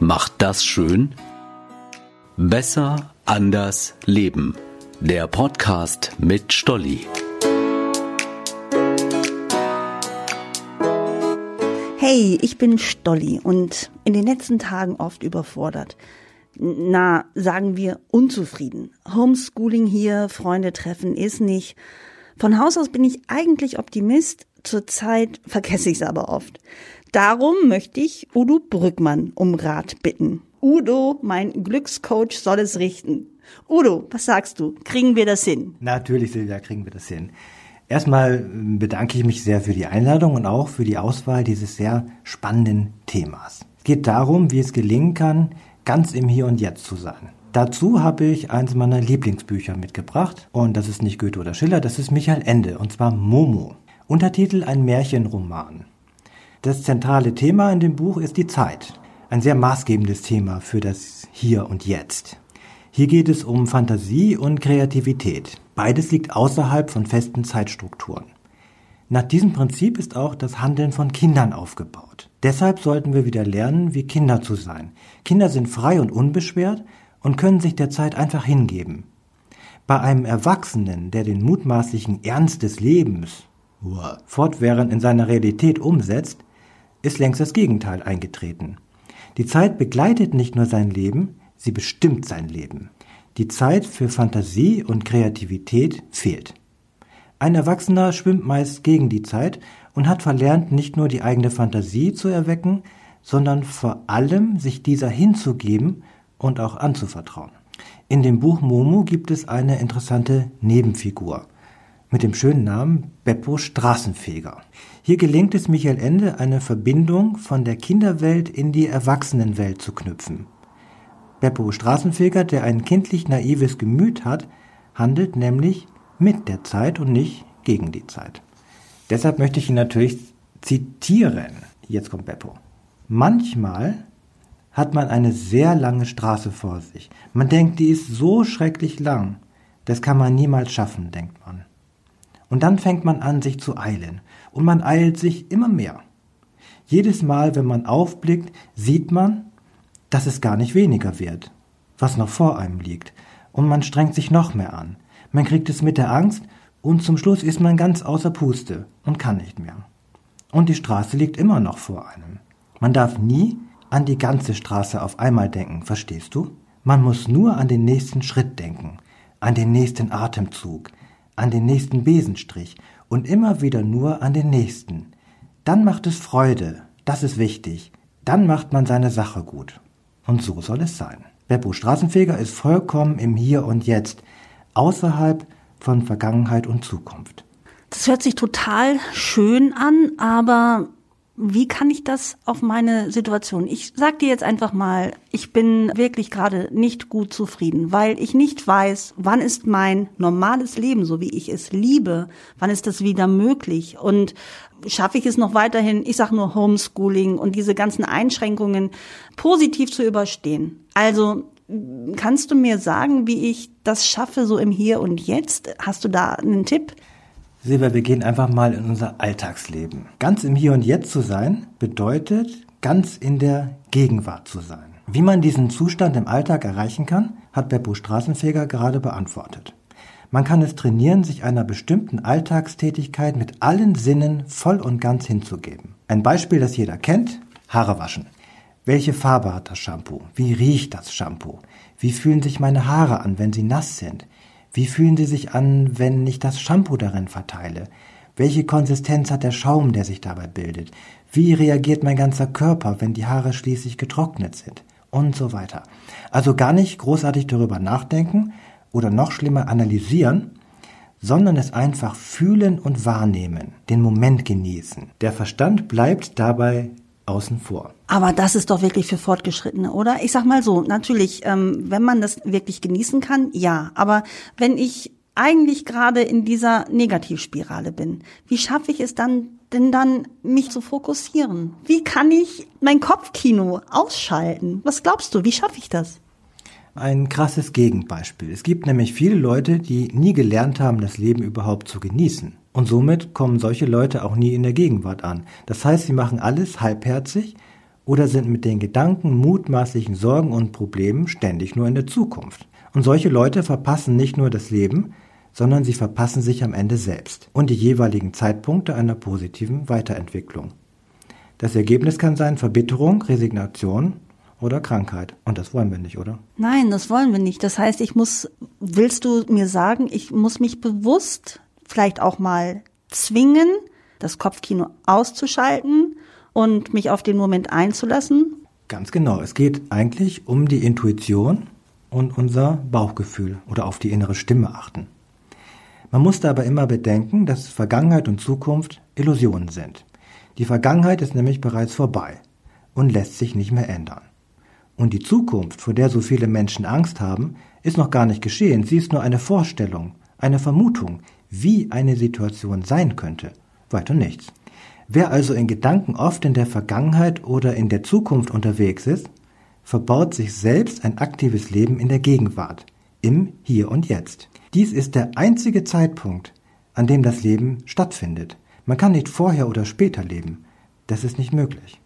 macht das schön? Besser, anders, leben. Der Podcast mit Stolli. Hey, ich bin Stolli und in den letzten Tagen oft überfordert. Sagen wir unzufrieden. Homeschooling hier, Freunde treffen ist nicht. Von Haus aus bin ich eigentlich Optimist, zurzeit vergesse ich es aber oft. Darum möchte ich Udo Brückmann um Rat bitten. Udo, mein Glückscoach, soll es richten. Udo, was sagst du? Kriegen wir das hin? Natürlich, Silvia, kriegen wir das hin. Erstmal bedanke ich mich sehr für die Einladung und auch für die Auswahl dieses sehr spannenden Themas. Es geht darum, wie es gelingen kann, ganz im Hier und Jetzt zu sein. Dazu habe ich eins meiner Lieblingsbücher mitgebracht. Und das ist nicht Goethe oder Schiller, das ist Michael Ende, und zwar Momo. Untertitel: Ein Märchenroman. Das zentrale Thema in dem Buch ist die Zeit. Ein sehr maßgebendes Thema für das Hier und Jetzt. Hier geht es um Fantasie und Kreativität. Beides liegt außerhalb von festen Zeitstrukturen. Nach diesem Prinzip ist auch das Handeln von Kindern aufgebaut. Deshalb sollten wir wieder lernen, wie Kinder zu sein. Kinder sind frei und unbeschwert und können sich der Zeit einfach hingeben. Bei einem Erwachsenen, der den mutmaßlichen Ernst des Lebens fortwährend in seiner Realität umsetzt, ist längst das Gegenteil eingetreten. Die Zeit begleitet nicht nur sein Leben, sie bestimmt sein Leben. Die Zeit für Fantasie und Kreativität fehlt. Ein Erwachsener schwimmt meist gegen die Zeit und hat verlernt, nicht nur die eigene Fantasie zu erwecken, sondern vor allem sich dieser hinzugeben und auch anzuvertrauen. In dem Buch Momo gibt es eine interessante Nebenfigur mit dem schönen Namen Beppo Straßenfeger. Hier gelingt es Michael Ende, eine Verbindung von der Kinderwelt in die Erwachsenenwelt zu knüpfen. Beppo Straßenfeger, der ein kindlich naives Gemüt hat, handelt nämlich mit der Zeit und nicht gegen die Zeit. Deshalb möchte ich ihn natürlich zitieren. Jetzt kommt Beppo. Manchmal hat man eine sehr lange Straße vor sich. Man denkt, die ist so schrecklich lang. Das kann man niemals schaffen, denkt man. Und dann fängt man an, sich zu eilen. Und man eilt sich immer mehr. Jedes Mal, wenn man aufblickt, sieht man, dass es gar nicht weniger wird, was noch vor einem liegt. Und man strengt sich noch mehr an. Man kriegt es mit der Angst und zum Schluss ist man ganz außer Puste und kann nicht mehr. Und die Straße liegt immer noch vor einem. Man darf nie an die ganze Straße auf einmal denken, verstehst du? Man muss nur an den nächsten Schritt denken, an den nächsten Atemzug, an den nächsten Besenstrich und immer wieder nur an den nächsten. Dann macht es Freude, das ist wichtig. Dann macht man seine Sache gut. Und so soll es sein. Beppo Straßenfeger ist vollkommen im Hier und Jetzt, außerhalb von Vergangenheit und Zukunft. Das hört sich total schön an, aber wie kann ich das auf meine Situation? Ich sag dir jetzt einfach mal, ich bin wirklich gerade nicht gut zufrieden, weil ich nicht weiß, wann ist mein normales Leben, so wie ich es liebe, wann ist das wieder möglich und schaffe ich es noch weiterhin, ich sag nur Homeschooling und diese ganzen Einschränkungen positiv zu überstehen. Also kannst du mir sagen, wie ich das schaffe, so im Hier und Jetzt? Hast du da einen Tipp? Silvia, wir gehen einfach mal in unser Alltagsleben. Ganz im Hier und Jetzt zu sein, bedeutet, ganz in der Gegenwart zu sein. Wie man diesen Zustand im Alltag erreichen kann, hat Beppo Straßenfeger gerade beantwortet. Man kann es trainieren, sich einer bestimmten Alltagstätigkeit mit allen Sinnen voll und ganz hinzugeben. Ein Beispiel, das jeder kennt: Haare waschen. Welche Farbe hat das Shampoo? Wie riecht das Shampoo? Wie fühlen sich meine Haare an, wenn sie nass sind? Wie fühlen sie sich an, wenn ich das Shampoo darin verteile? Welche Konsistenz hat der Schaum, der sich dabei bildet? Wie reagiert mein ganzer Körper, wenn die Haare schließlich getrocknet sind? Und so weiter. Also gar nicht großartig darüber nachdenken oder noch schlimmer analysieren, sondern es einfach fühlen und wahrnehmen, den Moment genießen. Der Verstand bleibt dabei außen vor. Aber das ist doch wirklich für Fortgeschrittene, oder? Ich sag mal so, natürlich, wenn man das wirklich genießen kann, ja. Aber wenn ich eigentlich gerade in dieser Negativspirale bin, wie schaffe ich es dann, mich zu fokussieren? Wie kann ich mein Kopfkino ausschalten? Was glaubst du, wie schaffe ich das? Ein krasses Gegenbeispiel. Es gibt nämlich viele Leute, die nie gelernt haben, das Leben überhaupt zu genießen. Und somit kommen solche Leute auch nie in der Gegenwart an. Das heißt, sie machen alles halbherzig oder sind mit den Gedanken, mutmaßlichen Sorgen und Problemen ständig nur in der Zukunft. Und solche Leute verpassen nicht nur das Leben, sondern sie verpassen sich am Ende selbst und die jeweiligen Zeitpunkte einer positiven Weiterentwicklung. Das Ergebnis kann sein Verbitterung, Resignation oder Krankheit. Und das wollen wir nicht, oder? Nein, das wollen wir nicht. Das heißt, willst du mir sagen, ich muss mich bewusst vielleicht auch mal zwingen, das Kopfkino auszuschalten und mich auf den Moment einzulassen? Ganz genau. Es geht eigentlich um die Intuition und unser Bauchgefühl oder auf die innere Stimme achten. Man muss da aber immer bedenken, dass Vergangenheit und Zukunft Illusionen sind. Die Vergangenheit ist nämlich bereits vorbei und lässt sich nicht mehr ändern. Und die Zukunft, vor der so viele Menschen Angst haben, ist noch gar nicht geschehen. Sie ist nur eine Vorstellung, eine Vermutung, wie eine Situation sein könnte. Weiter nichts. Wer also in Gedanken oft in der Vergangenheit oder in der Zukunft unterwegs ist, verbaut sich selbst ein aktives Leben in der Gegenwart, im Hier und Jetzt. Dies ist der einzige Zeitpunkt, an dem das Leben stattfindet. Man kann nicht vorher oder später leben. Das ist nicht möglich.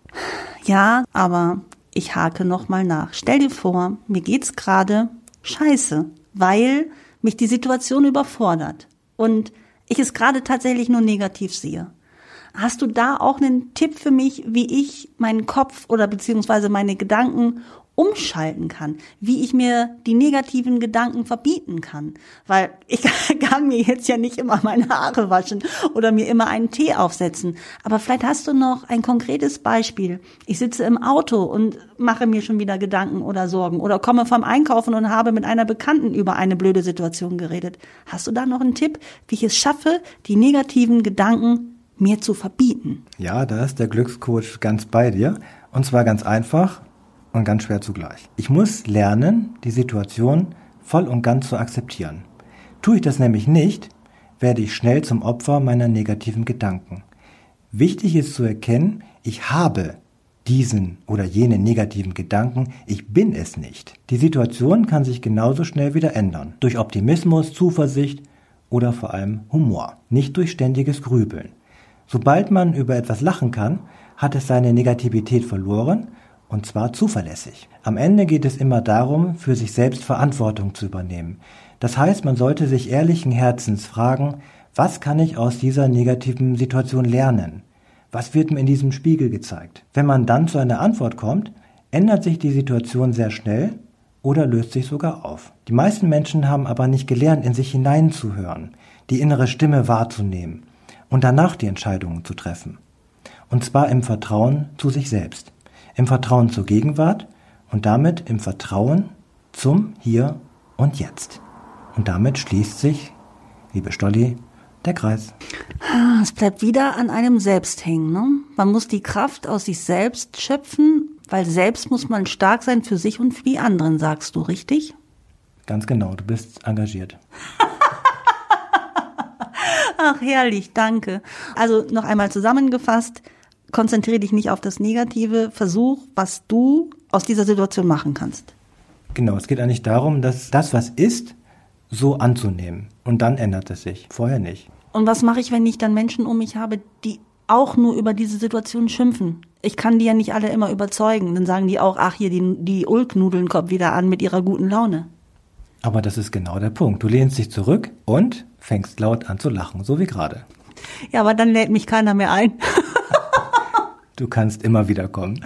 Ja, aber ich hake nochmal nach. Stell dir vor, mir geht's gerade scheiße, weil mich die Situation überfordert und ich es gerade tatsächlich nur negativ sehe. Hast du da auch einen Tipp für mich, wie ich meinen Kopf oder beziehungsweise meine Gedanken umschalten kann, wie ich mir die negativen Gedanken verbieten kann? Weil ich kann mir jetzt ja nicht immer meine Haare waschen oder mir immer einen Tee aufsetzen. Aber vielleicht hast du noch ein konkretes Beispiel. Ich sitze im Auto und mache mir schon wieder Gedanken oder Sorgen oder komme vom Einkaufen und habe mit einer Bekannten über eine blöde Situation geredet. Hast du da noch einen Tipp, wie ich es schaffe, die negativen Gedanken mir zu verbieten? Ja, da ist der Glückscoach ganz bei dir. Und zwar ganz einfach und ganz schwer zugleich. Ich muss lernen, die Situation voll und ganz zu akzeptieren. Tue ich das nämlich nicht, werde ich schnell zum Opfer meiner negativen Gedanken. Wichtig ist zu erkennen, ich habe diesen oder jenen negativen Gedanken, ich bin es nicht. Die Situation kann sich genauso schnell wieder ändern. Durch Optimismus, Zuversicht oder vor allem Humor. Nicht durch ständiges Grübeln. Sobald man über etwas lachen kann, hat es seine Negativität verloren, und zwar zuverlässig. Am Ende geht es immer darum, für sich selbst Verantwortung zu übernehmen. Das heißt, man sollte sich ehrlichen Herzens fragen, was kann ich aus dieser negativen Situation lernen? Was wird mir in diesem Spiegel gezeigt? Wenn man dann zu einer Antwort kommt, ändert sich die Situation sehr schnell oder löst sich sogar auf. Die meisten Menschen haben aber nicht gelernt, in sich hineinzuhören, die innere Stimme wahrzunehmen und danach die Entscheidungen zu treffen. Und zwar im Vertrauen zu sich selbst. Im Vertrauen zur Gegenwart und damit im Vertrauen zum Hier und Jetzt. Und damit schließt sich, liebe Stolli, der Kreis. Es bleibt wieder an einem selbst hängen, ne? Man muss die Kraft aus sich selbst schöpfen, weil selbst muss man stark sein für sich und für die anderen, sagst du, richtig? Ganz genau, du bist engagiert. Ach, herrlich, danke. Also noch einmal zusammengefasst, konzentriere dich nicht auf das Negative, versuch, was du aus dieser Situation machen kannst. Genau, es geht eigentlich darum, dass das, was ist, so anzunehmen. Und dann ändert es sich, vorher nicht. Und was mache ich, wenn ich dann Menschen um mich habe, die auch nur über diese Situation schimpfen? Ich kann die ja nicht alle immer überzeugen. Dann sagen die auch, ach hier, die Ulknudeln kommt wieder an mit ihrer guten Laune. Aber das ist genau der Punkt. Du lehnst dich zurück und fängst laut an zu lachen, so wie gerade. Ja, aber dann lädt mich keiner mehr ein. Du kannst immer wieder kommen.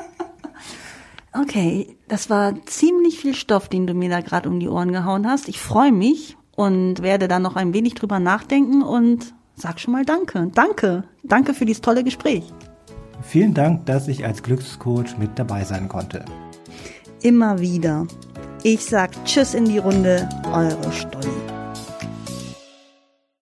Okay, das war ziemlich viel Stoff, den du mir da gerade um die Ohren gehauen hast. Ich freue mich und werde da noch ein wenig drüber nachdenken und sag schon mal danke. Danke für dieses tolle Gespräch. Vielen Dank, dass ich als Glückscoach mit dabei sein konnte. Immer wieder. Ich sag Tschüss in die Runde, eure Stolli.